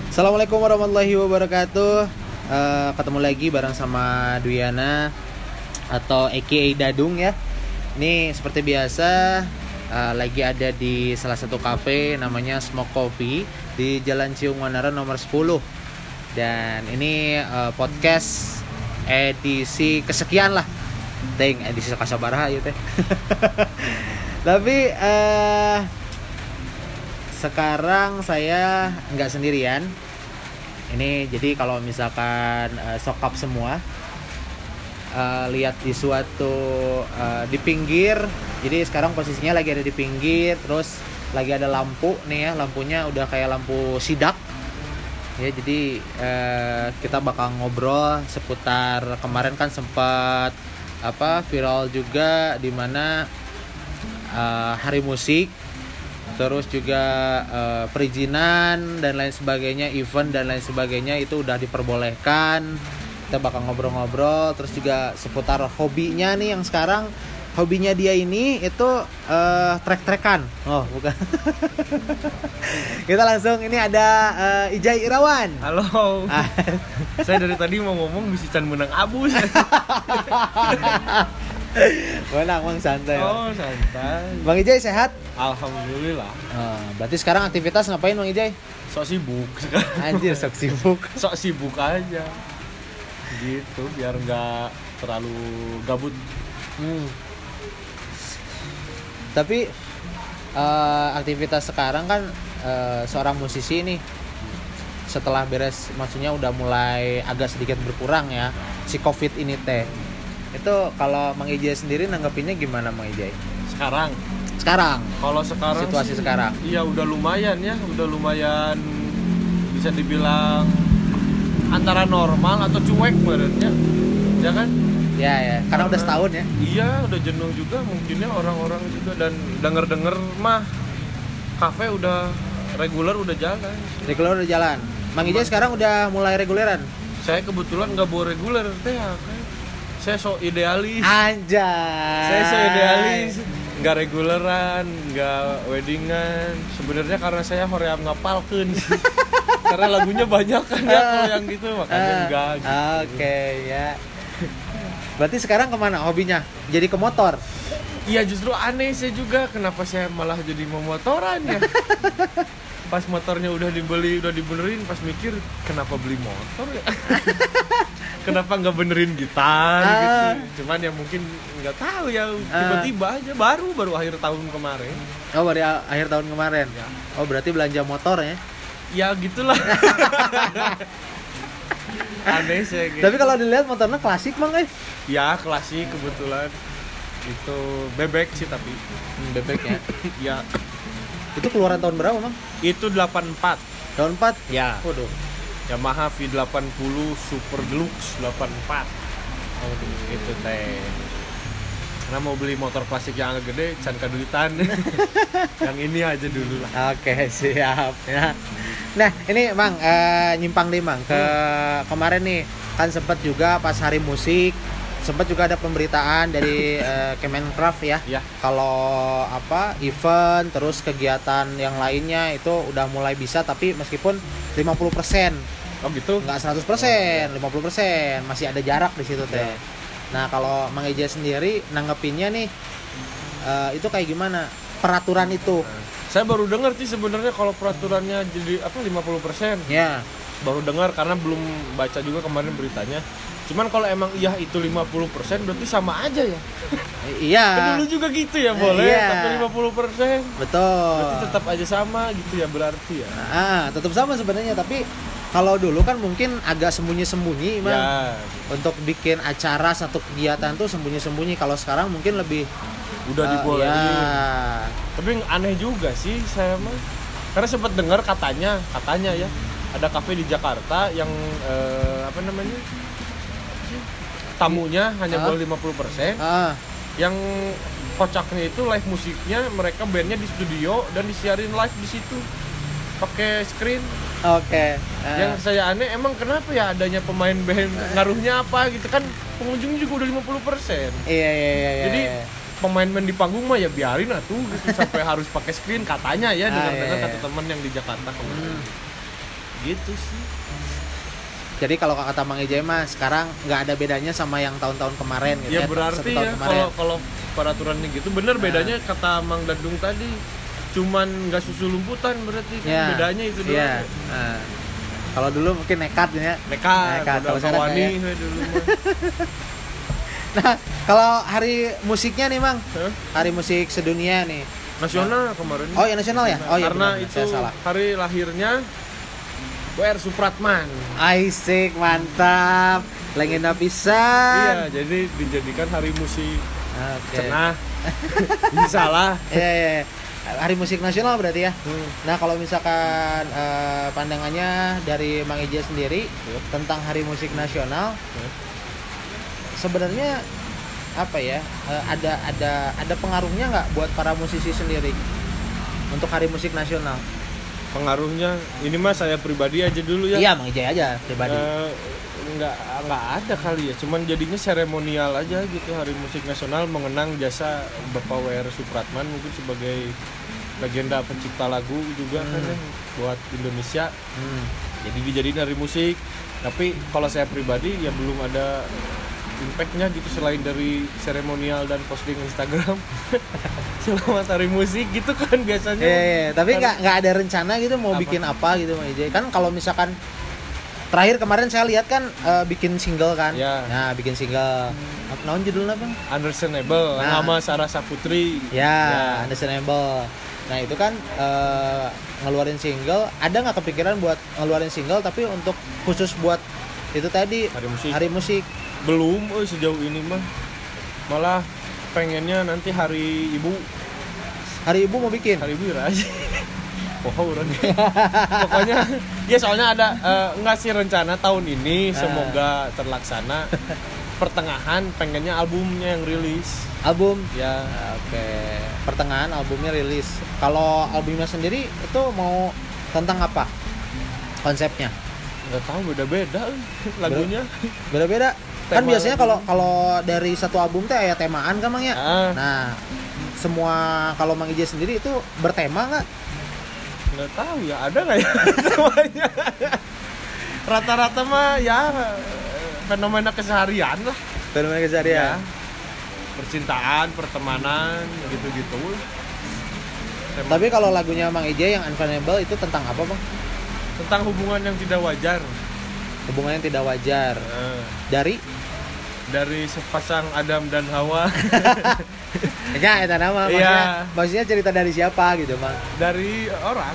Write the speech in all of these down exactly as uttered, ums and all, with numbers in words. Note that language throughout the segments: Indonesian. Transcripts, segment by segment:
Assalamualaikum warahmatullahi wabarakatuh. Uh, ketemu lagi bareng sama Duyana atau A K A Dadung ya. Ini seperti biasa uh, lagi ada di salah satu kafe namanya Smoke Coffee di Jalan Ciung Wanara nomor sepuluh. Dan ini uh, podcast edisi kesekian lah. Deng, edisi kasabaraha ieu teh. Tapi uh, sekarang saya nggak sendirian. Ini jadi kalau misalkan uh, sokap semua uh, lihat di suatu uh, di pinggir. Jadi sekarang posisinya lagi ada di pinggir, terus lagi ada lampu nih ya, lampunya udah kayak lampu sidak. Ya jadi uh, kita bakal ngobrol seputar kemarin kan sempat apa viral juga di mana uh, hari musik. Terus juga uh, perizinan dan lain sebagainya, event dan lain sebagainya itu udah diperbolehkan. Kita bakal ngobrol-ngobrol. Terus juga seputar hobinya nih yang sekarang. Hobinya dia ini itu uh, trek-trekan. Oh bukan. Kita langsung ini ada uh, Ijai Irawan. Halo. Saya dari tadi mau ngomong bisa can menang abu. Menang Bang, santai. Oh santai. Bang Ijai sehat? Alhamdulillah. Uh, berarti sekarang aktivitas ngapain Bang Ijai? Sok sibuk. Anjir sok sibuk. Sok sibuk aja. Gitu biar nggak terlalu gabut. Hmm. Tapi uh, aktivitas sekarang kan uh, seorang musisi nih setelah beres, maksudnya udah mulai agak sedikit berkurang ya si COVID ini teh. Itu kalau Mang Ijai sendiri nanggepinnya gimana Mang Ijai? Sekarang. Sekarang. Kalau sekarang situasi sih, sekarang. Iya udah lumayan ya, udah lumayan bisa dibilang antara normal atau cuek menurutnya. Ya kan? Ya ya, karena, karena udah setahun ya. Iya, udah jenuh juga mungkinnya orang-orang juga, dan denger-denger mah kafe udah reguler udah jalan. Reguler udah jalan. Mang Ijai sekarang udah mulai reguleran. Saya kebetulan nggak bawa reguler teh ya. Saya so idealis. Anjay. Saya so idealis. Nggak reguleran, nggak weddingan. Sebenarnya karena saya hoream ngapalkeun. Karena lagunya banyak kan ya kalau yang gitu, makanya enggak gitu. Oke okay, ya. Berarti sekarang kemana hobinya? Jadi ke motor? Iya, justru aneh saya juga kenapa saya malah jadi memotoran ya. Pas motornya udah dibeli, udah dibenerin, pas mikir kenapa beli motor ya. Kenapa nggak benerin gitar uh, gitu. Cuman ya mungkin nggak tahu ya, tiba-tiba uh, aja baru baru akhir tahun kemarin. Oh, baru akhir tahun kemarin. Ya. Oh, berarti belanja motor ya? Ya gitulah. Aneh sih gitu. Tapi kalau dilihat motornya klasik Mang eh. Ya klasik kebetulan. Itu bebek sih tapi. Hmm, bebek ya. Ya. Itu keluaran tahun berapa Mang? Itu delapan puluh empat. Tahun empat? Ya. Waduh. Yamaha V delapan puluh Super Deluxe delapan puluh empat. Oh, itu teh. Karena mau beli motor klasik yang agak gede, can kaduitan. Yang ini aja dulu lah. Oke, siap ya. Nah, ini Mang, uh, nyimpang deh Mang ke hmm. kemarin nih kan sempat juga pas hari musik sempat juga ada pemberitaan dari uh, Kemenkraf ya. Ya. Kalau apa event terus kegiatan yang lainnya itu udah mulai bisa, tapi meskipun lima puluh persen. Oh gitu? Nggak seratus persen, oh, ya. lima puluh persen. Masih ada jarak di situ teh. Ya. Nah, kalau Mang Ijai sendiri nanggepinnya nih uh, itu kayak gimana? Peraturan itu. Nah, saya baru dengar sih sebenarnya kalau peraturannya jadi apa lima puluh persen. Ya. Baru dengar karena belum baca juga kemarin beritanya. Cuman kalau emang iya itu lima puluh persen berarti sama aja ya. Iya. Kan dulu juga gitu ya boleh, iya. Tapi lima puluh persen. Betul. Berarti tetap aja sama gitu ya berarti ya. Ah, tetap sama sebenarnya, tapi kalau dulu kan mungkin agak sembunyi-sembunyi Bang. Ya. Untuk bikin acara satu kegiatan tuh sembunyi-sembunyi. Kalau sekarang mungkin lebih udah uh, dibolehin. Ya. Tapi aneh juga sih saya mah. Karena sempat dengar katanya, katanya ya, ada kafe di Jakarta yang eh, apa namanya? Tamunya hanya uh. boleh lima puluh persen. Uh. Yang kocaknya itu live musiknya mereka bandnya di studio dan disiarin live di situ pakai screen. Oke. Okay. Uh. Yang saya aneh emang kenapa ya adanya pemain band, ngaruhnya apa gitu kan, pengunjungnya juga udah lima puluh persen. Iya iya iya. Jadi iya. pemain band di panggung mah ya biarin atuh gitu sampai harus pakai screen katanya ya, dengar-dengar ah, iya, iya. kata teman yang di Jakarta kemarin. Hmm. Gitu sih. Jadi kalau kata Mang Ijay mah sekarang nggak ada bedanya sama yang tahun-tahun kemarin gitu Ya ya. berarti satu tahun ya kemarin. kalau kalau peraturannya gitu bener Nah. bedanya kata Mang Dadung tadi cuman nggak susu lumputan berarti kan Ya, bedanya itu doang. iya. Nah, kalau dulu mungkin nekat ya. Nekat, Nekat. udah Kalau sekarang kawani kayak- we dulu mah. Nah, kalau hari musiknya nih Mang, Hah? hari musik sedunia nih. Nasional kemarin. Oh ya nasional ya? Oh iya Karena benar, itu saya salah. hari lahirnya W R Supratman. Asik, mantap. Legenda pisan. Iya, jadi dijadikan hari musik Oke. cenah. Bisa lah. Iya, iya, iya. Hari musik nasional berarti ya. Hmm. Nah, kalau misalkan eh, pandangannya dari Mang Ijay sendiri Iya. tentang Hari Musik Nasional, Iya. sebenarnya apa ya? eh, ada ada ada pengaruhnya nggak buat para musisi sendiri untuk Hari Musik Nasional? Pengaruhnya ini mah saya pribadi aja dulu ya. Iya, Mang Ijay aja pribadi. Eh, nggak nggak ada kali ya, cuman jadinya seremonial aja gitu Hari Musik Nasional mengenang jasa Bapak W R Supratman mungkin sebagai legenda pencipta lagu juga kan ya, buat Indonesia. Hmm. Jadi dijadiin hari musik. Tapi kalau saya pribadi ya belum ada impactnya gitu selain dari seremonial dan posting Instagram. Selamat hari musik gitu kan biasanya. Iya, iya. Tapi Kan- nggak nggak ada rencana gitu mau Apa? bikin apa gitu Mang Ijay. Kan kalau misalkan terakhir kemarin saya lihat kan eh, bikin single kan. Ya. Nah, bikin single. Apa naon judulnya, Bang? Understandable, Nah. nama Sarah Saputri. Ya, understandable. Nah, itu kan eh, ngeluarin single, ada nggak kepikiran buat ngeluarin single tapi untuk khusus buat itu tadi Hari musik. hari musik. Belum eh, sejauh ini mah. Malah pengennya nanti hari ibu, Hari Ibu mau bikin. hari ibu aja. Wow, orang. Pokoknya ya soalnya ada eh, nggak sih rencana tahun ini semoga terlaksana. Pertengahan pengennya albumnya yang rilis. Album. Ya, Oke. Pertengahan albumnya rilis. Kalau albumnya sendiri itu mau tentang apa? Konsepnya? nggak tahu beda-beda eh, lagunya. Beda-beda. Kan Tema biasanya lagu. kalau kalau dari satu album teh ya temaan kan Mang ya. Ah, Nah, semua kalau Mang Ijay sendiri itu bertema nggak? nggak tahu ya ada nggak ya temanya. Rata-rata mah ya fenomena keseharian lah. Fenomena Ya. keseharian. Percintaan, pertemanan, gitu-gitu. Tema- Tapi kalau lagunya Mang Ijay yang Unflammable itu tentang apa, Bang? tentang hubungan yang tidak wajar. Hubungan yang tidak wajar. Eh, Dari dari sepasang Adam dan Hawa. ya itu nama maksudnya, Iya. maksudnya cerita dari siapa gitu, Bang? Dari orang.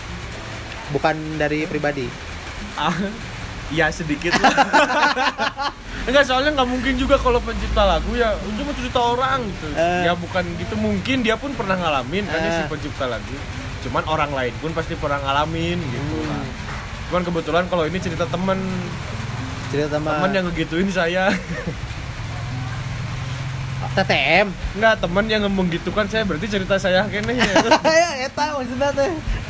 Bukan dari pribadi. Ah, ya sedikit lah. Enggak, soalnya nggak mungkin juga kalau pencipta lagu ya cuma cerita orang gitu. Eh. Ya bukan gitu, mungkin dia pun pernah ngalamin kan dia Eh. si pencipta lagu. Cuman orang lain pun pasti pernah ngalamin gitu Hmm. lah. Cuman kebetulan kalau ini cerita temen Cerita sama temen yang ngegituin saya. T T M. Enggak, temen yang menggitukan saya berarti cerita saya kene ya. Ya, eta maksudnya teh.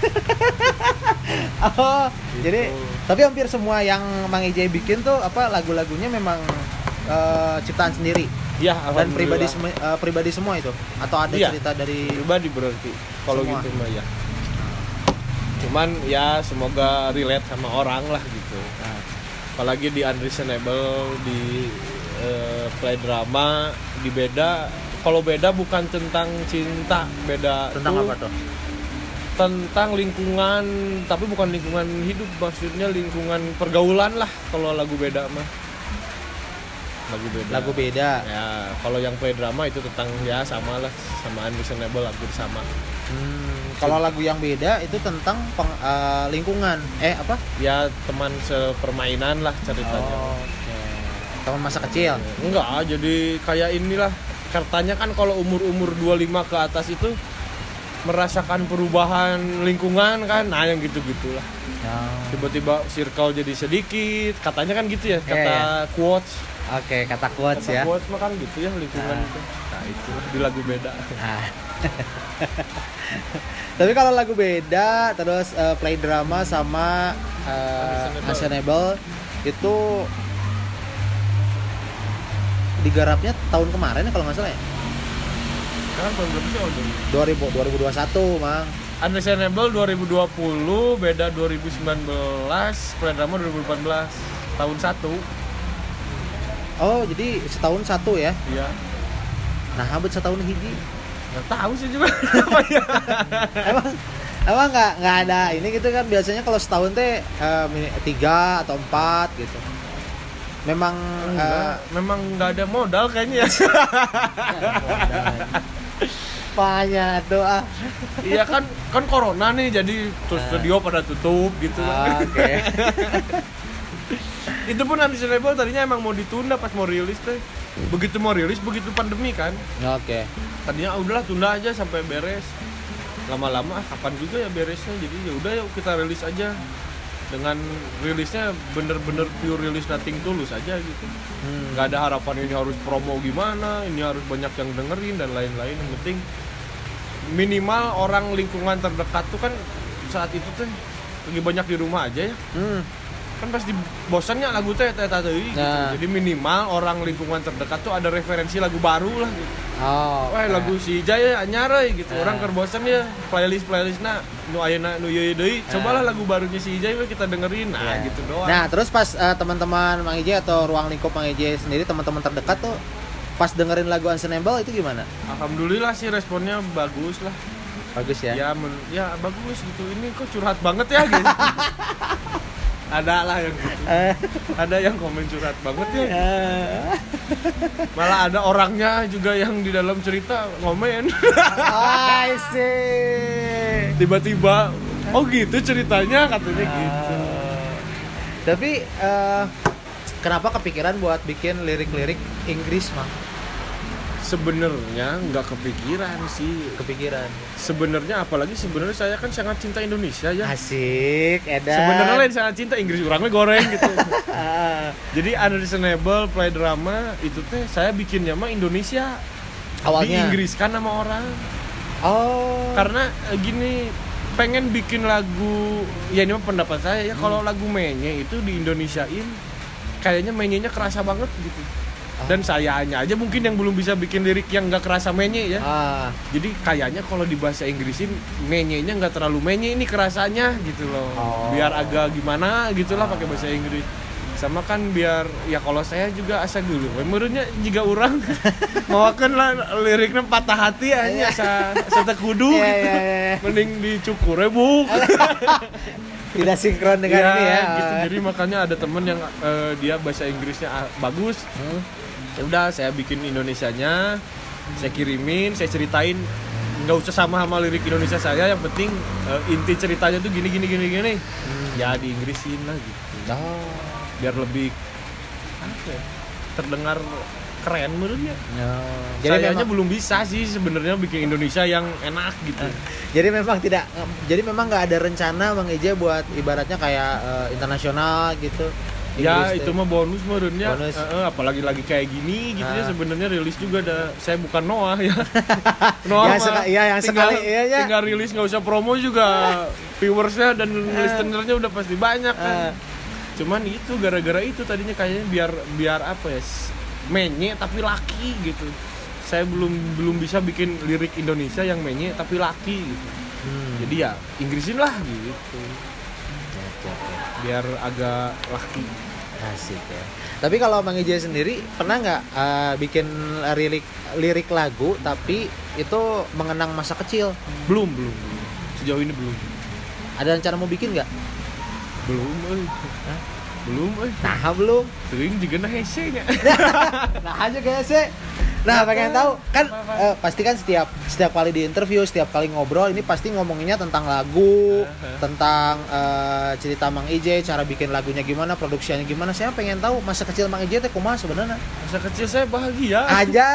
Oh, jadi tapi hampir semua yang Mang Ijay bikin tuh apa lagu-lagunya memang eh, ciptaan sendiri Ya, dan pribadi alhamdulillah. semu- eh, pribadi semua itu atau ada Iya. cerita dari pribadi berarti kalau Semua. gitu mah ya. Cuman ya semoga relate sama orang lah gitu. Nah, Apalagi di Unreasonable, di eh, Play Drama, di Beda. Kalau Beda bukan tentang cinta, beda tentang tuh apa tuh? tentang lingkungan, tapi bukan lingkungan hidup, maksudnya lingkungan pergaulan lah kalau lagu Beda mah. Lagu Beda. Lagu beda. Ya, kalau yang Play Drama itu tentang ya sama lah, sama Unreasonable hampir sama. Hmm, kalau lagu yang beda itu tentang peng- eh, lingkungan. Eh apa? Ya teman sepermainan lah ceritanya. Oke. Teman masa kecil. Enggak, jadi kayak inilah. Katanya kan kalau umur-umur dua puluh lima ke atas itu merasakan perubahan lingkungan kan. Nah, yang gitu-gitulah. Oh. Tiba-tiba circle jadi sedikit. Katanya kan gitu ya, kata Iya, quotes. Oke, kata quotes Kata ya. quotes mah kan gitu ya lingkungan Nah. itu. Nah, itu di lagu Beda. Nah. Tapi kalau lagu beda, terus eh, play drama sama eh, Unreasonable. Unreasonable itu digarapnya tahun kemarin ya kalau nggak salah ya. Kan tahun berapa sih? Oh, dua ribu dua ribu dua puluh satu, Mang. Unreasonable dua ribu dua puluh, Beda dua ribu sembilan belas, Playdrama dua ribu delapan belas. Tahun satu. Oh, jadi setahun satu ya? Iya. Nah, habis setahun hiji. Nggak tahu sih juga kenapa ya. Emang emang nggak nggak ada ini gitu kan, biasanya kalau setahun teh uh, tiga atau empat gitu. Memang Enggak, uh, memang nggak ada modal kayaknya ya. Banyak tuh ah. Iya kan, kan corona nih, jadi terus studio pada tutup gitu. Ah, oke. Okay. Itu pun Unreasonable tadinya emang mau ditunda pas mau rilis teh. Begitu mau rilis, begitu pandemi kan. Oke. Okay. Tadinya ah, udahlah tunda aja sampai beres. Lama-lama ah, kapan juga ya beresnya. Jadi ya udah yuk kita rilis aja. Dengan rilisnya bener-bener pure rilis nothing tulus aja gitu. Hmm. Gak ada harapan ini harus promo gimana, ini harus banyak yang dengerin dan lain-lain. Yang penting minimal orang lingkungan terdekat tuh kan saat itu tuh lagi banyak di rumah aja ya. Hmm. Kan pasti bosannya lagu teh teh teh gitu. Nah. Jadi minimal orang lingkungan terdekat tuh ada referensi lagu baru lah gitu. Oh. Wah, okay. Lagu si Jaya anyar gitu. Nah. Orang keur bosan ya playlist-playlistna nu ayeuna nu ieu deui. Nah. Cobalah lagu barunya si Jaya kita dengerin. Nah, yeah. Gitu doang. Nah, terus pas uh, teman-teman Mang Ije atau ruang lingkup Mang Ije sendiri, teman-teman terdekat tuh pas dengerin lagu Unreasonable itu gimana? Alhamdulillah sih responnya bagus lah. Bagus ya? Ya, men- ya bagus gitu. Ini kok curhat banget ya gitu. Ada lah yang gitu. Ada yang komen curhat banget ya. Malah ada orangnya juga yang di dalam cerita ngomen. I see. Tiba-tiba, oh gitu ceritanya katanya gitu. Uh, tapi uh, kenapa kepikiran buat bikin lirik-lirik Inggris, Mang? Sebenarnya nggak kepikiran sih. Kepikiran. Sebenarnya apalagi sebenarnya saya kan sangat cinta Indonesia ya. Asik, edan. Sebenarnya lain sangat cinta Inggris, orangnya goreng gitu. Jadi Unreasonable Playdrama itu teh saya bikinnya mah Indonesia. Awalnya diinggriskan sama orang. Oh. Karena gini, pengen bikin lagu, ya ini mah pendapat saya ya, hmm. Kalau lagu menye itu di Indonesiain kayaknya menyenya kerasa banget gitu. Dan sayanya aja mungkin yang belum bisa bikin lirik yang gak kerasa menye ya. Ah. Jadi kayaknya kalau di bahasa Inggrisin menyenya gak terlalu menye, ini kerasanya gitu loh. Oh. Biar agak gimana gitulah ah. Pakai bahasa Inggris. Sama kan biar ya kalau saya juga asa dulu. Menurutnya jika orang mawakan lah liriknya patah hati aja asa asa kudu yeah, gitu. Yeah, yeah. Mending dicukur ya buk. Tidak sinkron dengan ya, ini ya. Gitu. Jadi makanya ada temen yang uh, dia bahasa Inggrisnya bagus. Hmm. Ya udah saya bikin Indonesianya, saya kirimin, saya ceritain, nggak usah sama sama lirik Indonesia saya, yang penting uh, inti ceritanya tuh gini gini gini gini. Hmm. Ya di Inggrisin lah gitu. Oh. Biar lebih apa ya, terdengar keren menurutnya. Oh. Jadi sayanya memang belum bisa sih sebenarnya bikin Indonesia yang enak gitu. Jadi memang tidak, jadi memang nggak ada rencana Mang Ije buat ibaratnya kayak uh, internasional gitu. Ya itu mah bonus menurutnya, bonus. Uh, apalagi lagi kayak gini gitu ya, sebenarnya rilis juga ada. Saya bukan Noah ya. Noah ya, seka- ya, yang tinggal, sekali iya, ya. tinggal rilis nggak usah promo juga viewersnya dan listenernya udah pasti banyak kan. Cuman itu gara-gara itu tadinya kayaknya biar biar apa ya, menye tapi laki gitu. Saya belum belum bisa bikin lirik Indonesia yang menye tapi laki gitu. Hmm. Jadi ya Inggrisin lah gitu. Biar agak laki. Asik ya. Tapi kalau Mang Ije sendiri pernah nggak uh, bikin lirik lirik lagu tapi itu mengenang masa kecil? Belum, belum, belum. Sejauh ini belum. Ada rencana mau bikin nggak? Belum, eh. Hah? Belum, eh. Nah, belum. Sering juga nah hese nya. Nah, aja kayak hese. Nah, pengen tahu kan uh, pasti kan setiap setiap kali di interview, setiap kali ngobrol ini pasti ngomonginnya tentang lagu, uh-huh. tentang uh, cerita Mang Ije, cara bikin lagunya gimana, produksinya gimana. Saya pengen tahu masa kecil Mang Ije teh kumaha sebenarnya. Masa kecil saya bahagia. Aja.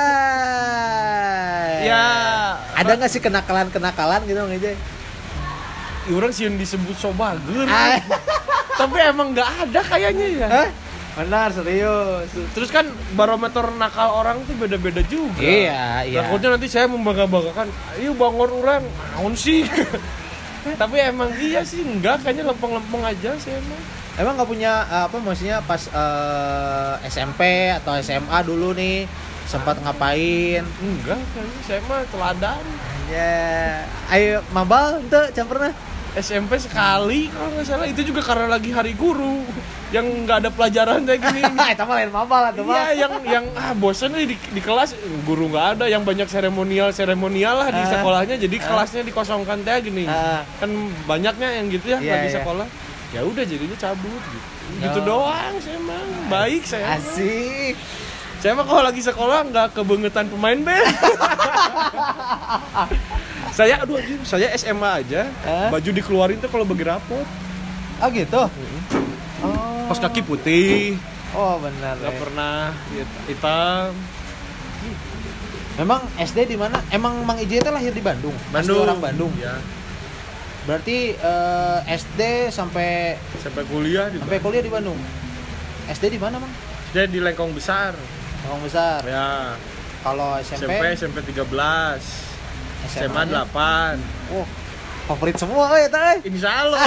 Ya, ada enggak sih kenakalan-kenakalan gitu Mang Ije? Orang sih yang disebut sobager. Tapi emang enggak ada kayaknya ya. Hah? Benar, serius. Terus kan barometer nakal orang tuh beda-beda juga. Iya, iya. Takutnya nanti saya membangga-banggakan, ayo bangor orang, naon sih. Tapi emang iya sih, enggak, kayaknya lempeng-lempeng aja sih emang. Emang nggak punya apa maksudnya pas uh, S M P atau S M A dulu nih Sempat ngapain? Enggak, kayaknya saya mah teladan. Ya, ayo mabal tuh campurna. S M P sekali kalau nggak salah, itu juga karena lagi hari guru yang nggak ada pelajaran kayak gini. Eta mah lain mabal atuh mah. Iya, yang yang ah bosan nih di, di kelas guru nggak ada, yang banyak seremonial seremonial lah di Ah. sekolahnya, jadi Ah. kelasnya dikosongkan teh gini. Ah. Kan banyaknya yang gitu ya Iya, lagi iya. sekolah. Ya udah jadinya cabut gitu. Gitu Oh. doang saya mah. Baik saya. mah. Asik. Saya mah kalau lagi sekolah nggak kebangetan pemain band. Saya aduh anjing, saya S M A aja Eh? baju dikeluarin tuh kalau bagi rapot. Oh gitu. Oh. Pas kaki putih, Oh benar. nggak ya. pernah hit- hitam. Memang S D di mana? Emang Mang Ije teh lahir di Bandung. Asli orang Bandung. Ya, Berarti eh, S D sampai sampai kuliah di sampai kuliah di Bandung. S D di mana, Mang? Dia di Lengkong Besar. Lengkong Besar. Ya, Kalau S M P, S M P S M P tiga belas, S M A nya? delapan. Oh, favorit semua ya teh. Insya Allah.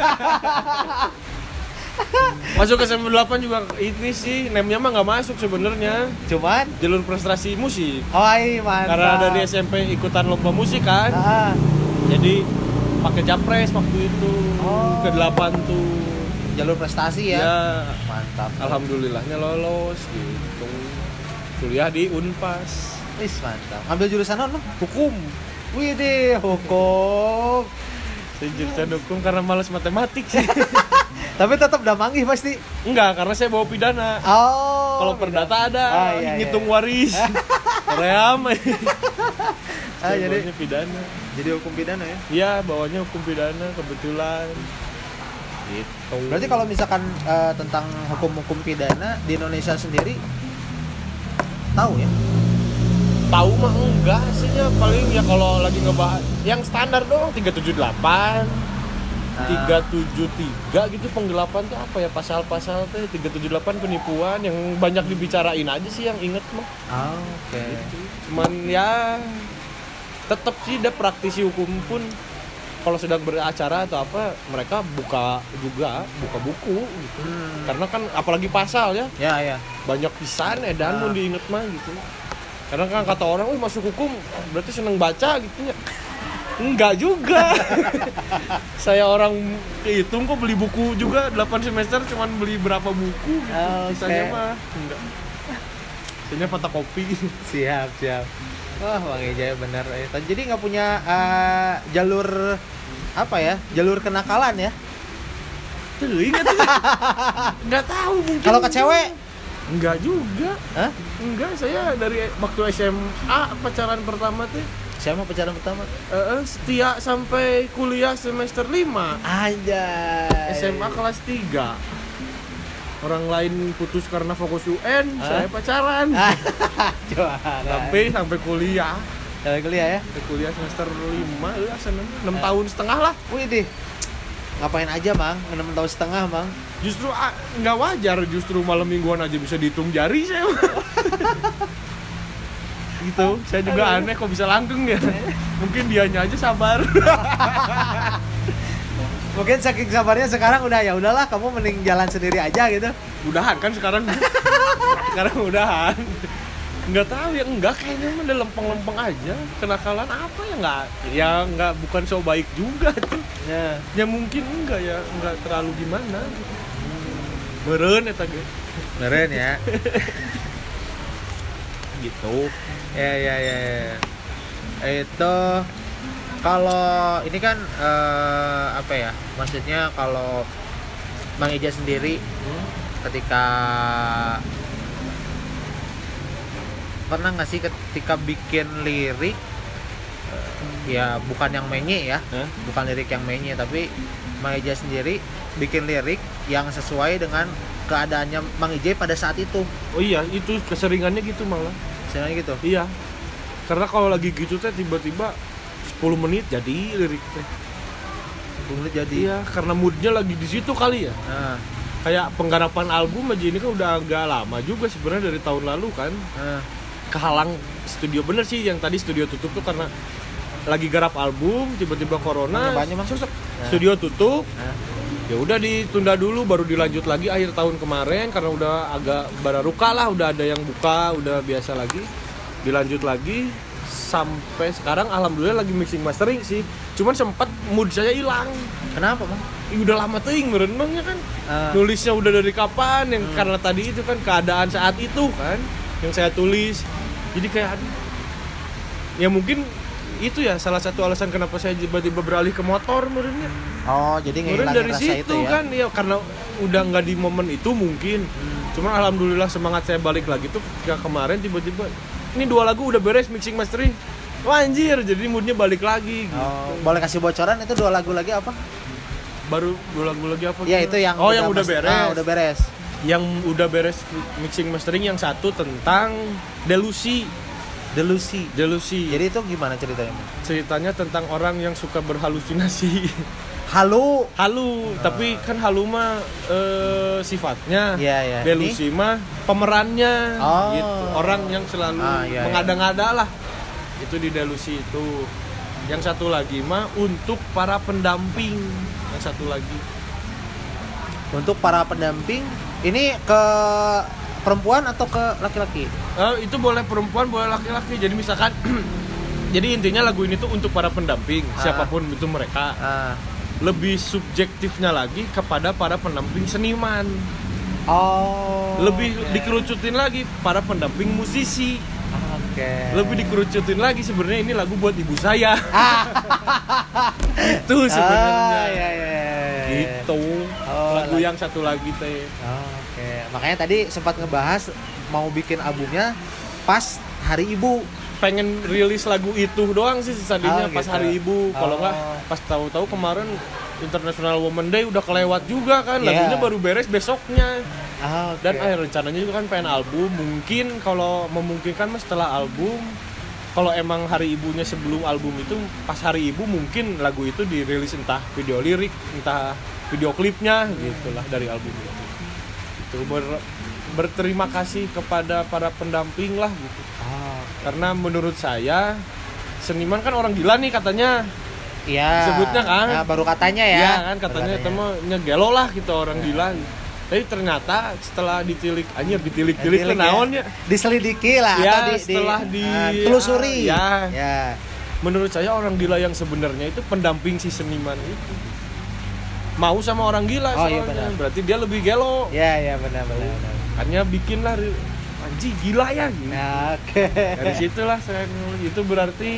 Masuk ke S M P delapan juga ini sih, name-nya mah nggak masuk sebenarnya. Cuman, Jalur prestasi musik. oh iya mantap. Karena dari S M P ikutan lomba musik kan. Ah, Jadi pakai japres waktu itu. Oh. Ke delapan tuh. jalur prestasi ya. Ya, Mantap. alhamdulillahnya lolos gitu. Kuliah di Unpas. Wis mantap. Ambil jurusan apa? Hukum. Wih deh, hukum. Saya jurusan hukum karena malas matematik sih. Tapi tetap udah manggih pasti. Enggak, karena saya bawa pidana. Oh. Kalau beda. perdata ada, Ah, iya, ngitung iya. waris. Ream. Ah, Saya jadi bawanya pidana. jadi hukum pidana ya. Iya, bawanya hukum pidana kebetulan. Gitu. Berarti kalau misalkan eh, tentang hukum-hukum pidana di Indonesia sendiri tahu ya? tahu mah enggak sih ya, paling ya kalau lagi ngebahas yang standar doang tiga tujuh delapan. tiga tujuh tiga gitu penggelapan tuh apa ya, pasal-pasal tuh tiga tujuh delapan penipuan yang banyak dibicarain aja sih yang inget mah. Oh, oke. Cuman ya tetap sih ada praktisi hukum pun kalau sedang beracara atau apa mereka buka juga buka buku gitu. Hmm. Karena kan apalagi pasal ya Ya, ya. banyak pisan edan Ah. mun diinget mah gitu. Karena kan kata orang, "Wih, masuk hukum berarti seneng baca gitu ya." Enggak juga. Saya orang kehitung kok beli buku juga delapan semester cuman beli berapa buku gitu. Oke. Sisanya mah enggak. Sisanya fotokopi. Siap, siap. Wah, Bang Ijaya bener. Eh, Jadi nggak punya eh, jalur apa ya? Jalur kenakalan ya? Tuh, ingat tuh. Enggak tahu mungkin. Kalau ke cewek? Enggak juga. Hah? Enggak, saya dari waktu S M A pacaran pertama tuh Siapa pacaran pertama? eh, setia sampai kuliah semester lima. Anjay. S M A kelas tiga. Orang lain putus karena fokus U N, Hah? saya pacaran. Coba. Sampai sampai kuliah. Sampai kuliah ya? Sampai kuliah semester lima, ya enam tahun setengah lah. Wih deh. Ngapain aja, Mang? enam tahun setengah, Mang. Justru ah, nggak wajar, justru malam mingguan aja bisa dihitung jari saya. Gitu, saya juga aneh kok bisa langgeng ya. Mungkin dianya aja sabar. Mungkin saking sabarnya sekarang udah ya udahlah, kamu mending jalan sendiri aja gitu. Udahan kan sekarang. Sekarang udahan. Nggak tahu ya, enggak kayaknya mah udah lempeng-lempeng aja. Kenakalan apa ya nggak? Ya nggak, bukan so baik juga tuh. Ya. Ya mungkin enggak ya, enggak terlalu gimana. Meren eta ge. Keren ya. Gitu. Ya, ya, ya, ya. Itu kalau ini kan eh, apa ya? Maksudnya kalau Bang Ija sendiri ketika pernah nggak sih ketika bikin lirik eh, ya bukan yang menye ya, Hah? bukan lirik yang menye tapi Bang Ija sendiri bikin lirik yang sesuai dengan keadaannya Bang Ija pada saat itu. Oh iya, itu keseringannya gitu malah. Misalnya gitu. Iya. Karena kalau lagi gitu teh tiba-tiba sepuluh menit jadi lirik teh. sepuluh menit jadi. Iya, karena moodnya lagi di situ kali ya. Nah, Kayak penggarapan album aja ini kan udah agak lama juga sebenarnya dari tahun lalu kan. nah. Kehalang studio, bener sih yang tadi studio tutup tuh karena lagi garap album tiba-tiba corona. Nyobanya, Mang? Sosok Nah. studio tutup. Nah. Ya udah ditunda dulu, baru dilanjut lagi akhir tahun kemarin karena udah agak bararuka lah, udah ada yang buka, udah biasa lagi. Dilanjut lagi sampai sekarang alhamdulillah lagi mixing mastering sih. Cuman sempat mood saya hilang. Kenapa, Bang? Ih, udah lama teuing merenungnya kan. Uh. Nulisnya udah dari kapan yang Hmm. karena tadi itu kan keadaan saat itu kan yang saya tulis. Jadi kayak aduh. Ya mungkin itu ya salah satu alasan kenapa saya tiba-tiba beralih ke motor menurutnya. Oh, jadi Mungkin ngilangin dari rasa situ itu ya. kan ya karena udah nggak di momen itu mungkin. Hmm. Cuman alhamdulillah semangat saya balik lagi tuh ketika kemarin tiba-tiba ini dua lagu udah beres mixing mastering. Wah anjir, jadi moodnya balik lagi gitu. Oh, boleh kasih bocoran itu dua lagu lagi apa? Baru dua lagu lagi apa? Ya gitu? itu yang Oh yang udah mas- beres. Ah, udah beres. Yang udah beres mixing mastering yang satu tentang delusi. Delusi. Delusi. Jadi itu gimana ceritanya? Bang? Ceritanya tentang orang yang suka berhalusinasi. Halu. Halu, tapi kan halu mah e, sifatnya. Iya, iya. Delusi mah pemerannya. Oh. Gitu. Orang yang selalu Ah, iya, mengada-ngada lah. Itu di delusi itu. Yang satu lagi mah untuk para pendamping. Yang satu lagi. Untuk para pendamping ini ke perempuan atau ke laki-laki? Eh, itu boleh perempuan, boleh laki-laki. Jadi misalkan jadi intinya lagu ini tuh untuk para pendamping, Ah. siapapun itu mereka. Ah. Lebih subjektifnya lagi kepada para pendamping seniman. Oh. Lebih oke. dikerucutin lagi para pendamping musisi. Oke. Lebih dikerucutin lagi sebenarnya ini lagu buat ibu saya. Ah. Itu sebenarnya. Ah, iya, iya, iya. Gitu. Oh, lagu lagu- yang satu lagi teh. Oh, oke. Makanya tadi sempat ngebahas mau bikin albumnya pas Hari Ibu. Pengen rilis lagu itu doang sih tadinya Oh, pas gitu. hari ibu. Kalau Oh. nggak pas tahu-tahu kemarin International Women Day udah kelewat juga kan. Yeah. Lagunya baru beres besoknya. Ah, oke. Dan akhir rencananya juga kan pengen album. Mungkin kalau memungkinkan mas setelah album, kalau emang hari ibunya sebelum album itu pas hari ibu mungkin lagu itu dirilis entah video lirik, entah video klipnya gitulah dari album itu. Itu ber- berterima kasih kepada para pendamping lah gitu. Ah, Karena menurut saya seniman kan orang gila nih katanya. iya. Disebutnya kan? Nah, baru katanya ya. Ya kan katanya temennya gelo lah gitu orang gila. Tapi ternyata setelah ditilik, anjir ditilik-tilik Ditilik ke naon ya. Diselidiki lah Ya, atau di, setelah di, di- ah, telusuri. ya. Ya. Menurut saya orang gila yang sebenarnya itu pendamping si seniman itu. Mau sama orang gila Oh, iya, soalnya. benar. Berarti dia lebih gelo. Ya, ya benar benar. benar. Hanya bikin lah anjing gila ya gitu. Nah, oke. Dari situlah saya nulis. Itu berarti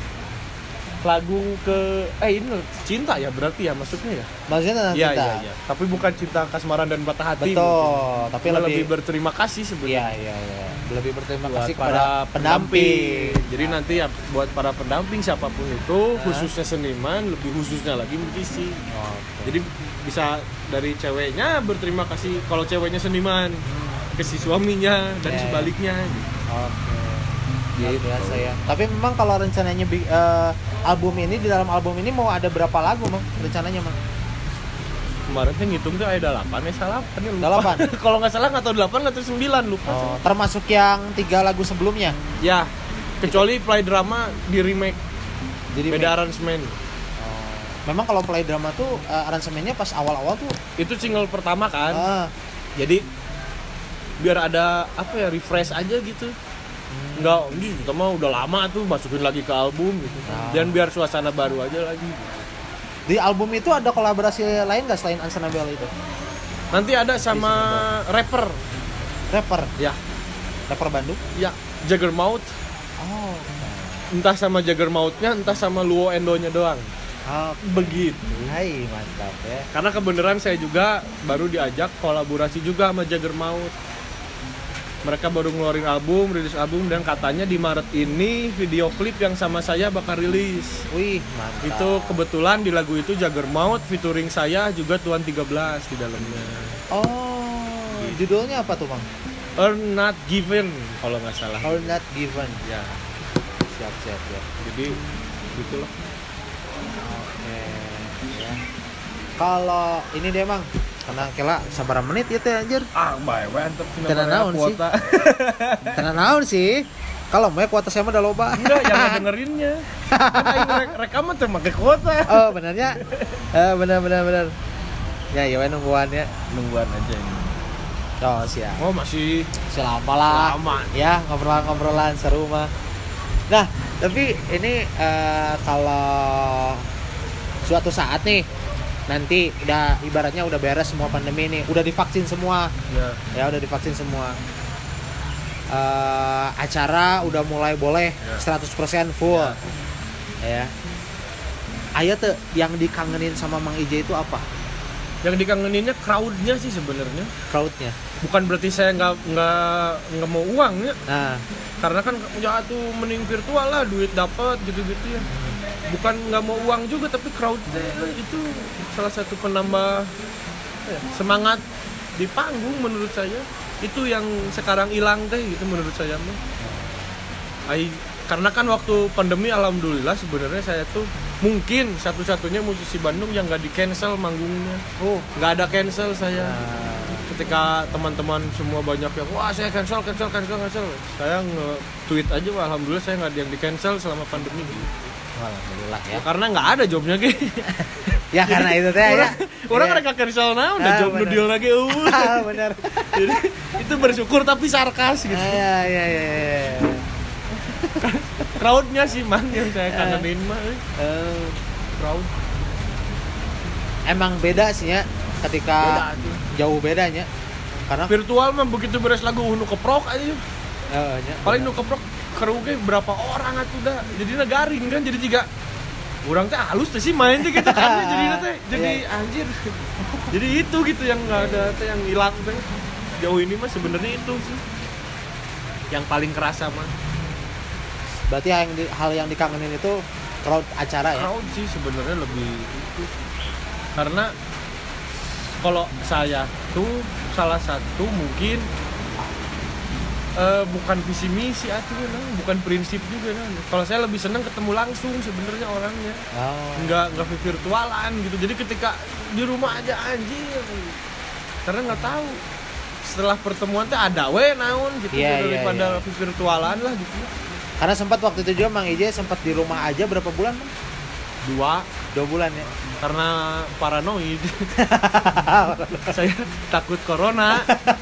lagu ke eh ini loh, cinta ya berarti ya maksudnya ya. Maksudnya tentang Iya kita. iya iya. Tapi bukan cinta kasmaran dan patah hati. Betul, mungkin. tapi Cuma lebih- berterima kasih Iya, sebenarnya. iya, iya. Lebih berterima Buat kasih para kepada pendamping. pendamping. Jadi nanti ya buat para pendamping siapapun itu, Nah. khususnya seniman, lebih khususnya lagi musisi. Oke. Jadi bisa dari ceweknya berterima kasih kalau ceweknya seniman ke si suaminya dan Ya, ya. sebaliknya. Oke. Luar Gitu. biasa ya. Tapi memang kalau rencananya bi- eh, album ini di dalam album ini mau ada berapa lagu, Mang? Rencananya, Mang? Kemarin tuh ngitung tuh ada delapan ya salah apa nih lupa. Delapan? Kalau nggak salah nggak tahu delapan nggak tahu sembilan lupa. Oh, saya. termasuk yang tiga lagu sebelumnya. Ya, kecuali play drama di remake Jadi beda aransemen. Oh. Memang kalau play drama tuh eh, aransemennya pas awal-awal tuh Itu single pertama kan. ah, Jadi biar ada apa ya refresh aja gitu. Enggak, ini kita mah udah lama tuh masukin lagi ke album gitu. Ah. Dan biar suasana baru aja lagi. di album itu ada kolaborasi lain nggak selain Unsenable itu? Nanti ada sama rapper. Rapper, Ya, rapper Bandung. ya Jaggermouth. Oh. Entah sama Jaggermouth-nya, entah sama Luo Endo-nya doang. Oh, Begitu. hai mantap ya. Karena kebenaran saya juga baru diajak kolaborasi juga sama Jaggermouth. Mereka baru ngeluarin album, rilis album, dan katanya di Maret ini video klip yang sama saya bakal rilis. Wih, mantap. Itu kebetulan di lagu itu Jaggermouth featuring saya juga Tuan tiga belas di dalamnya. Oh, judulnya apa tuh, Bang? Earn Not Given kalau nggak salah. All Not Given. Ya, Siap, siap, siap. jadi gitulah. Oke, ya. Kalau ini deh, Mang. Karena kela sabar menit ya teh anjir. Ah, bae we antep Tenan naon sih? Tenan naon sih? Kalau mah kuota saya mah udah loba. Enggak, yang ngedengerinnya. Kan aing rek- rekaman teh make kuota. Oh, benarnya. Eh, benar benar benar. Ya, ya nungguan ya. Nungguan aja ini. Oh, siap. Oh, masih Selama lah. lama. Ya, ngobrolan-ngobrolan seru mah. Nah, tapi ini uh, kalau suatu saat nih nanti udah ibaratnya udah beres semua pandemi nih, udah divaksin semua. Ya. Ya, udah divaksin semua. Uh, acara udah mulai boleh ya. seratus persen full. Ya. Ya. Ayo tuh yang dikangenin sama Mang Ije itu apa? Yang dikangeninnya crowd-nya sih sebenarnya. Crowd-nya. Bukan berarti saya nggak nggak nggak mau uang ya. Nah, Karena kan ya tuh mending virtual lah, duit dapat gitu-gitu ya. Bukan nggak mau uang juga, tapi crowd-nya itu salah satu penambah ya, semangat di panggung menurut saya. Itu yang sekarang hilang teh gitu menurut saya mah. Ai, karena kan waktu pandemi alhamdulillah sebenarnya saya tuh mungkin satu-satunya musisi Bandung yang nggak di cancel manggungnya. Oh, nggak ada cancel saya. nah, Ketika teman-teman semua banyak yang wah saya cancel cancel cancel cancel, saya nge-tweet aja wah alhamdulillah saya nggak ada yang di cancel selama pandemi gitu. alhamdulillah ya. Karena nggak ada jobnya gitu. Ya karena itu teh ya. Orang Ya. mereka cancel nah udah Ah, job nu bener. deal lagi uh. Ah, benar. Jadi itu bersyukur tapi sarkas gitu. Ah, ya, ya, ya, ya. Crowdnya sih man yang saya kangenin mah. eh. Eh, Crowd. emang beda sih ya ketika Beda tuh. jauh bedanya. Karena Virtual mah begitu beres lagu nu keprok aja. eh, nya, Paling nu keprok keruge berapa orang atuh dah. Jadi garing kan jadi tiga orang teh halus teh sih main teh gitu kan jadi teh jadi Iya. anjir. Jadi itu gitu yang enggak ada teh yang hilang teh. Jauh ini mah sebenarnya itu sih yang paling kerasa mah. berarti yang di- hal yang dikangenin itu crowd acara ya. Crowd sih sebenarnya lebih itu sih. Karena kalau saya tuh salah satu mungkin eh, bukan visi misi atuh nah, bukan prinsip juga nah. Kalau saya lebih senang ketemu langsung sebenarnya orangnya. Oh. Nggak nggak virtualan gitu. Jadi ketika di rumah aja anjir. Karena nggak tahu setelah pertemuan tuh ada we naon gitu Iya, iya, daripada iya. virtualan lah gitu. Karena sempat waktu itu juga Mang Ije sempat di rumah aja berapa bulan, Bang? Dua Dua bulan ya. karena paranoid. Saya takut corona.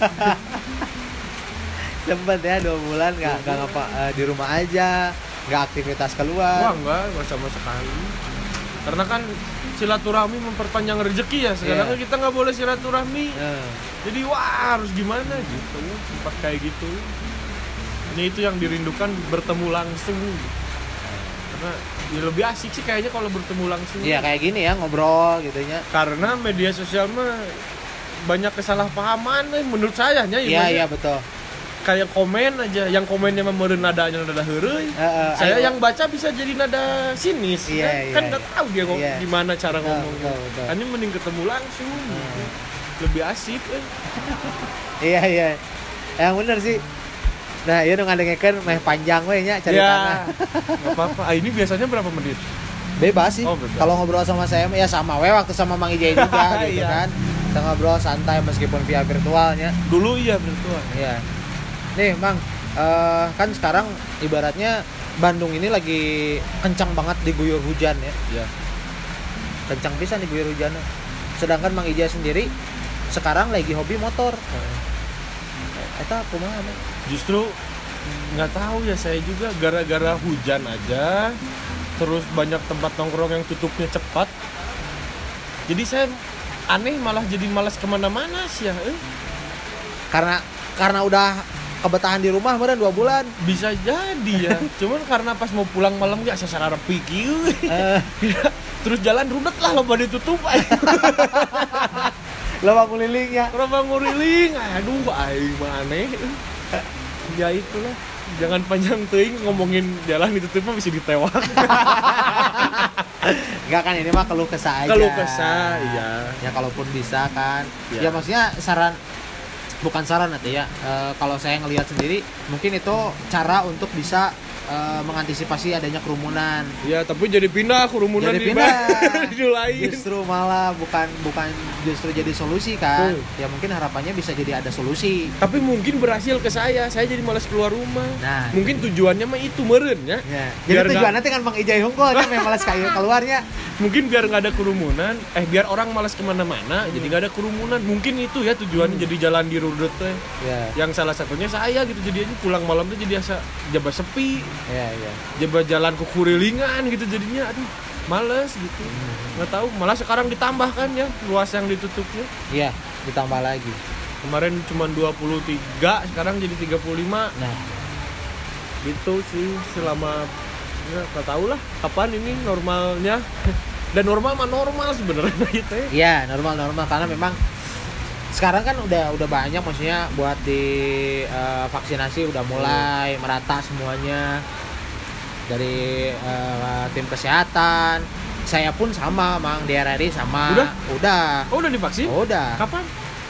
Sempat ya dua bulan nggak nggak ngapa eh, di rumah aja, nggak aktivitas Wah keluar. enggak, enggak sama sekali. Karena kan silaturahmi memperpanjang rezeki ya. Sekarang Iya. kan kita nggak boleh silaturahmi. Eh, Jadi wah harus gimana gitu. Sempat kayak gitu. Ini itu yang dirindukan bertemu langsung. Karena ya lebih asik sih kayaknya kalau bertemu langsung. Iya kayak gini ya ngobrol gitu nya. Karena media sosial mah banyak kesalahpahaman eh, menurut saya nya. Iya iya betul. Kayak komen aja, yang komennya memang nadanya nada heureuy. Eh, eh, Saya ayo. yang baca bisa jadi nada sinis. Iya, kan iya, kan nggak iya. tahu dia ngom- Iya. gimana cara Betul, ngomongnya. betul, betul. Kan ini mending ketemu langsung. gitu. Lebih asik eh. Iya iya. Yang bener sih. Nah, iya dong ngadengkeun meh panjang we nya ceritanya. Enggak apa-apa. Ah, ini biasanya berapa menit? Bebas sih. Oh, bebas. Kalau ngobrol sama saya ya sama we waktu sama Mang Ije juga gitu Iya. kan. Kita ngobrol santai meskipun via virtualnya. Dulu iya virtual. Iya. Nih, Mang, eh, kan sekarang ibaratnya Bandung ini lagi kencang banget diguyur hujan ya. Iya. Kencang bisa diguyur hujan. Sedangkan Mang Ija sendiri sekarang lagi hobi motor. Eta kumaha Mang? Justru nggak tahu ya saya juga gara-gara hujan aja. Terus banyak tempat nongkrong yang tutupnya cepat. Jadi saya aneh malah jadi malas kemana-mana sih ya. Eh. Karena karena udah kebetahan di rumah meureun dua bulan. Bisa jadi ya. Cuman karena pas mau pulang malam gak sasara repi kieu. Eh, Terus jalan rundet lah loba ditutup. loba kulilingnya. Loba nguriling. Aduh aing mah aneh. Ya itulah. Jangan panjang teuing ngomongin jalan ditutup mah bisa ditewak. Enggak kan ini mah keluh kesah aja. Keluh kesah, iya. Ya kalaupun bisa kan. Iya. Ya maksudnya saran bukan saran nanti ya. E, kalau saya ngelihat sendiri mungkin itu cara untuk bisa uh, mengantisipasi adanya kerumunan. Ya, tapi jadi pindah kerumunan Jadi di pindah. di lain. Justru malah bukan bukan justru jadi solusi kan. Tuh. Ya mungkin harapannya bisa jadi ada solusi. Tapi mungkin berhasil ke saya, saya jadi malas keluar rumah. Nah. Mungkin tujuannya mah itu meren ya. Ya. Biar Jadi tujuannya kan Bang Ijay Hongkol kan yang malas kayu keluarnya. Mungkin biar nggak ada kerumunan, eh biar orang malas kemana-mana, hmm. jadi nggak ada kerumunan. Mungkin itu ya tujuannya, hmm. jadi jalan di Rudut teh. Ya. Yang salah satunya saya gitu, jadi aja pulang malam tuh jadi asa jaba sepi. Iya, iya. Jaba jalan ke kurilingan gitu jadinya, aduh males gitu. Nggak hmm. tahu, malah sekarang ditambahkan ya luas yang ditutupnya. Iya, ditambah lagi. Kemarin cuma dua puluh tiga, sekarang jadi tiga puluh lima. Nah, gitu sih selama ya nggak tahu lah kapan ini normalnya. Dan normal mah normal sebenarnya gitu ya. Iya, normal-normal karena memang sekarang kan udah udah banyak maksudnya buat di uh, vaksinasi udah mulai hmm. merata semuanya dari uh, tim kesehatan. Saya pun sama, Mang, di R R I sama. Udah? Udah. Oh, udah divaksin? Oh, udah. Kapan?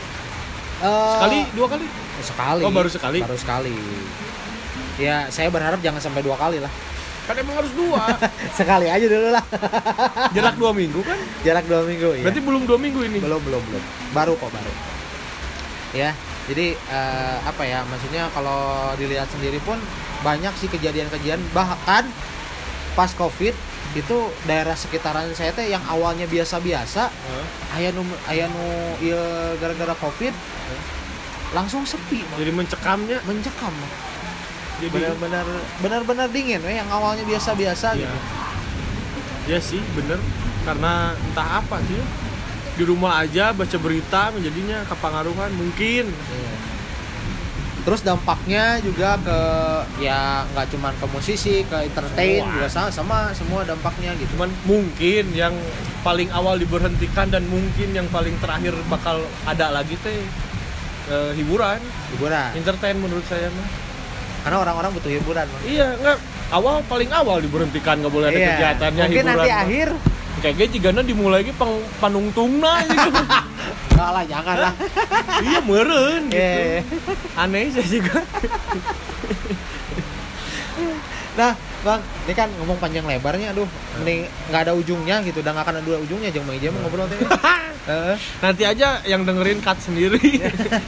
Uh, sekali, dua kali? Sekali. Oh, baru sekali? Baru sekali. Ya, saya berharap jangan sampai dua kali lah. Kan emang harus dua. Sekali aja dulu lah. Jarak dua minggu kan? Jarak dua minggu ya. Berarti belum dua minggu ini? Belum, belum, belum. Baru kok, baru. Ya, jadi uh, apa ya? Maksudnya kalau dilihat sendiri pun banyak sih kejadian-kejadian. Bahkan pas COVID itu daerah sekitaran saya teh yang awalnya biasa-biasa, huh? aya nu aya nu ieu gara-gara COVID huh? langsung sepi. Jadi mencekamnya, mencekam. Jadi benar-benar benar-benar dingin we yang awalnya biasa-biasa ya. gitu. Ya sih, bener. Karena entah apa sih. Di rumah aja baca berita menjadinya kepengaruhan mungkin. Ya. Terus dampaknya juga ke ya nggak cuma ke musisi, ke entertain semua. Juga sama, sama semua dampaknya gitu. Cuman mungkin yang paling awal diberhentikan dan mungkin yang paling terakhir bakal ada lagi teh eh, hiburan. Hiburan. Entertain menurut saya mah. Karena orang-orang butuh hiburan. Man. Iya, enggak. Awal paling awal diberhentikan, nggak boleh ada iya. kegiatannya. Mungkin hiburan. Nanti man. Akhir kayaknya jigana dimulai lagi pang panungtungna gitu. Enggak lah, jangan lah. Iya, meureun gitu. Yeah. Aneh saya juga. Nah, Bang, ini kan ngomong panjang lebarnya, aduh, mending nggak ada ujungnya gitu, udah nggak akan ada ujungnya, jangan aja mau ngobrol teh. Nanti aja yang dengerin cut sendiri.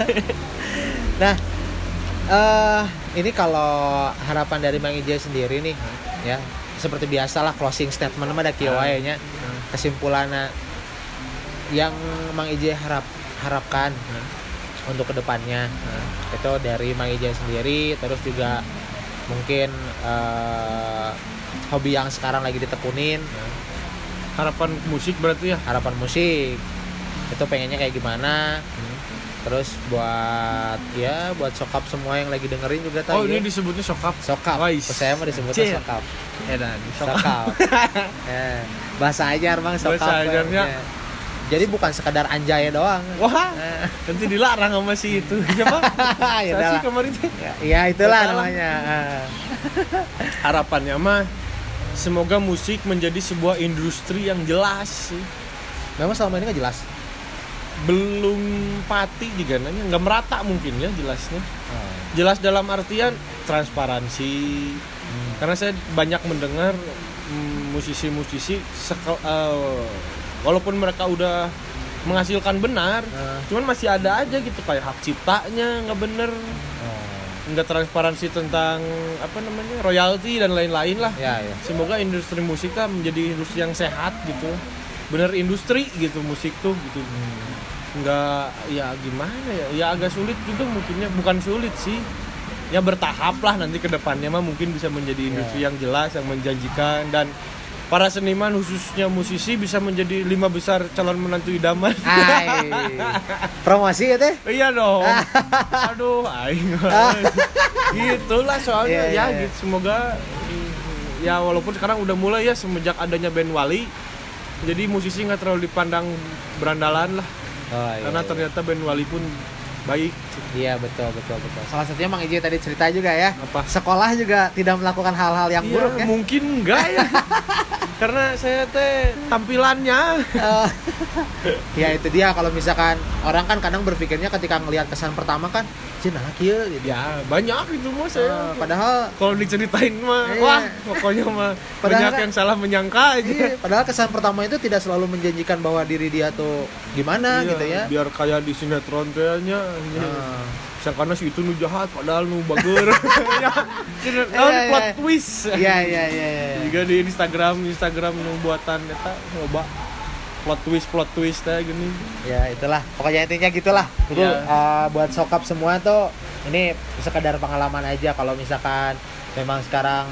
Nah, uh, ini kalau harapan dari Mang Ijay sendiri nih, hmm. ya seperti biasalah closing statement mah ada kieu wae nya. Kesimpulannya yang Mang Ijay harap harapkan hmm. untuk kedepannya hmm. itu dari Mang Ijay sendiri, terus juga mungkin uh, hobi yang sekarang lagi ditekunin. Hmm. Harapan musik berarti ya? Harapan musik itu pengennya kayak gimana? Hmm. Terus buat ya buat sokap semua yang lagi dengerin juga tadi. Oh, ini disebutnya sokap. Sokap. Saya mah disebutnya sokap. Edan, sokap. Ya. Bahasa ajar Bang sokap. Bahasa ajarnya. Ya. Jadi bukan sekadar anjay doang. Wah. Nah. Nanti dilarang sama si itu. Siapa? Ya udah. kemarin itu. Ya, ya itulah namanya. Harapannya mah semoga musik menjadi sebuah industri yang jelas sih. Memang selama ini enggak jelas. Belum pati juga nanya, nggak merata mungkin ya jelasnya. Hmm. Jelas dalam artian transparansi. Hmm. Karena saya banyak mendengar mm, musisi-musisi sekel, uh, walaupun mereka udah menghasilkan benar, hmm. cuman masih ada aja gitu kayak hak ciptanya nggak bener, hmm. nggak transparansi tentang apa namanya royalti dan lain-lain lah. Ya, ya. Semoga industri musik kan menjadi industri yang sehat gitu, bener industri gitu musik tuh gitu. Hmm. Nggak ya gimana ya ya agak sulit juga mungkinnya, bukan sulit sih ya, bertahap lah nanti ke depannya mah mungkin bisa menjadi industri yeah. yang jelas, yang menjanjikan, dan para seniman khususnya musisi bisa menjadi lima besar calon menantu idaman. Hai. Promosi ya teh? Iya dong. Aduh aing. Gitulah soalnya yeah, ya yeah, gitu. Semoga ya walaupun sekarang udah mulai ya semenjak adanya band Wali, jadi musisi nggak terlalu dipandang berandalan lah. Oh, iya, karena iya. ternyata band Wali pun baik. Iya betul betul betul. Salah satunya Mang Ijay tadi cerita juga ya. Apa? Sekolah juga tidak melakukan hal-hal yang iya, buruk ya. Mungkin enggak ya. Karena saya teh tampilannya. Eh, ya itu dia, kalau misalkan orang kan kadang berpikirnya ketika ngelihat kesan pertama kan cenah kieu gitu. Ya banyak itu mah Eh, saya. padahal Kalau diceritain mah, Iya. wah pokoknya mah Padahal banyak kan- yang salah menyangka aja. iya, padahal kesan pertama itu tidak selalu menjanjikan bahwa diri dia tuh gimana Iya, gitu ya. Biar kayak di sinetron kayaknya. Ah. Sangkana si itu nu jahat padahal nu bageur. Ya, sinetron Iya, plot iya. twist. Iya iya iya. iya. Juga di Instagram, Instagram nu buatan eta loba plot twist plot twist teh gini. Ya itulah, pokoknya intinya gitulah. Jadi Iya. eh, buat sokap semua tuh ini sekedar pengalaman aja. Kalau misalkan memang sekarang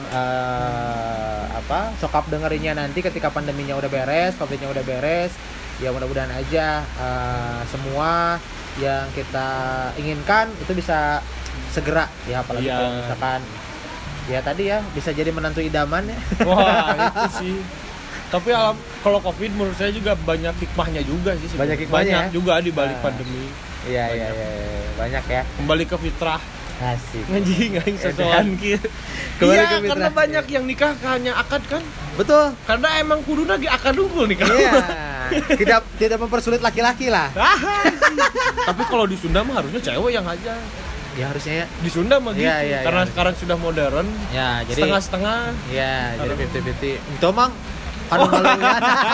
eh, apa sokap dengerinnya nanti ketika pandeminya udah beres, covidnya udah beres, ya mudah-mudahan aja eh, semua yang kita inginkan itu bisa segera ya, apalagi Iya. kalau misalkan ya tadi ya bisa jadi menantu idaman ya. Wah, itu sih. Tapi alam kalau Covid menurut saya juga banyak hikmahnya juga sih. sebenarnya. Banyak hikmahnya Banyak ya? juga di balik Ah. pandemi. Iya iya Banyak. iya iya. banyak ya. Kembali ke fitrah. Asik. Anjing aing sosokan kieu. Kembali Iya, ke fitrah. karena banyak yang nikah hanya akad kan. Betul. Karena emang kuduna ge akad unggul nikah. Iya. Tidak tidak mempersulit laki-laki lah. Ah, tapi kalau di Sunda mah harusnya cewek yang aja. Ya harusnya ya. Di Sunda mah gitu. Iya, iya, Karena iya. sekarang sudah modern. Ya, jadi Setengah-setengah. ya, jadi Kalau- fifty-fifty. Itu mang kan malu ya.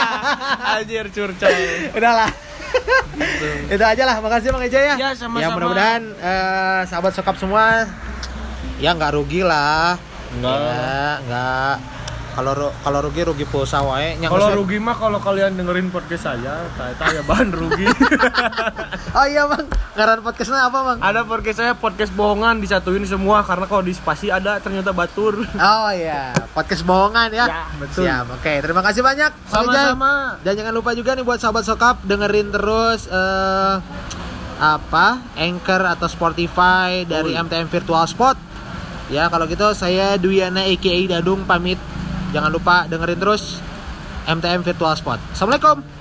Anjir curcol. Udahlah. Itu aja lah, makasih Bang Eja ya. Ya, sama-sama. Ya mudah-mudahan eh, sahabat sokap semua ya nggak rugi lah. Enggak. Ya, nggak. Kalau ru- kalau rugi rugi pulsa wae. Nya Kalau geus- rugi mah kalau kalian dengerin podcast saya, eta ya bahan rugi. Oh iya Bang, ngaran podcastnya apa Bang? Ada podcast saya podcast bohongan disatuin semua karena kalau di spasi ada ternyata batur. Oh iya, podcast bohongan ya. Ya, betul. Siap. Oke, terima kasih banyak. Bang Eja. Sama-sama. Dan jangan lupa juga nih buat sahabat sokap dengerin terus eh apa Anchor atau Spotify dari Oh. M T M Virtual Spot. Ya kalau gitu saya Duyana A K A Dadung pamit. Jangan lupa dengerin terus M T M Virtual Spot. Assalamualaikum.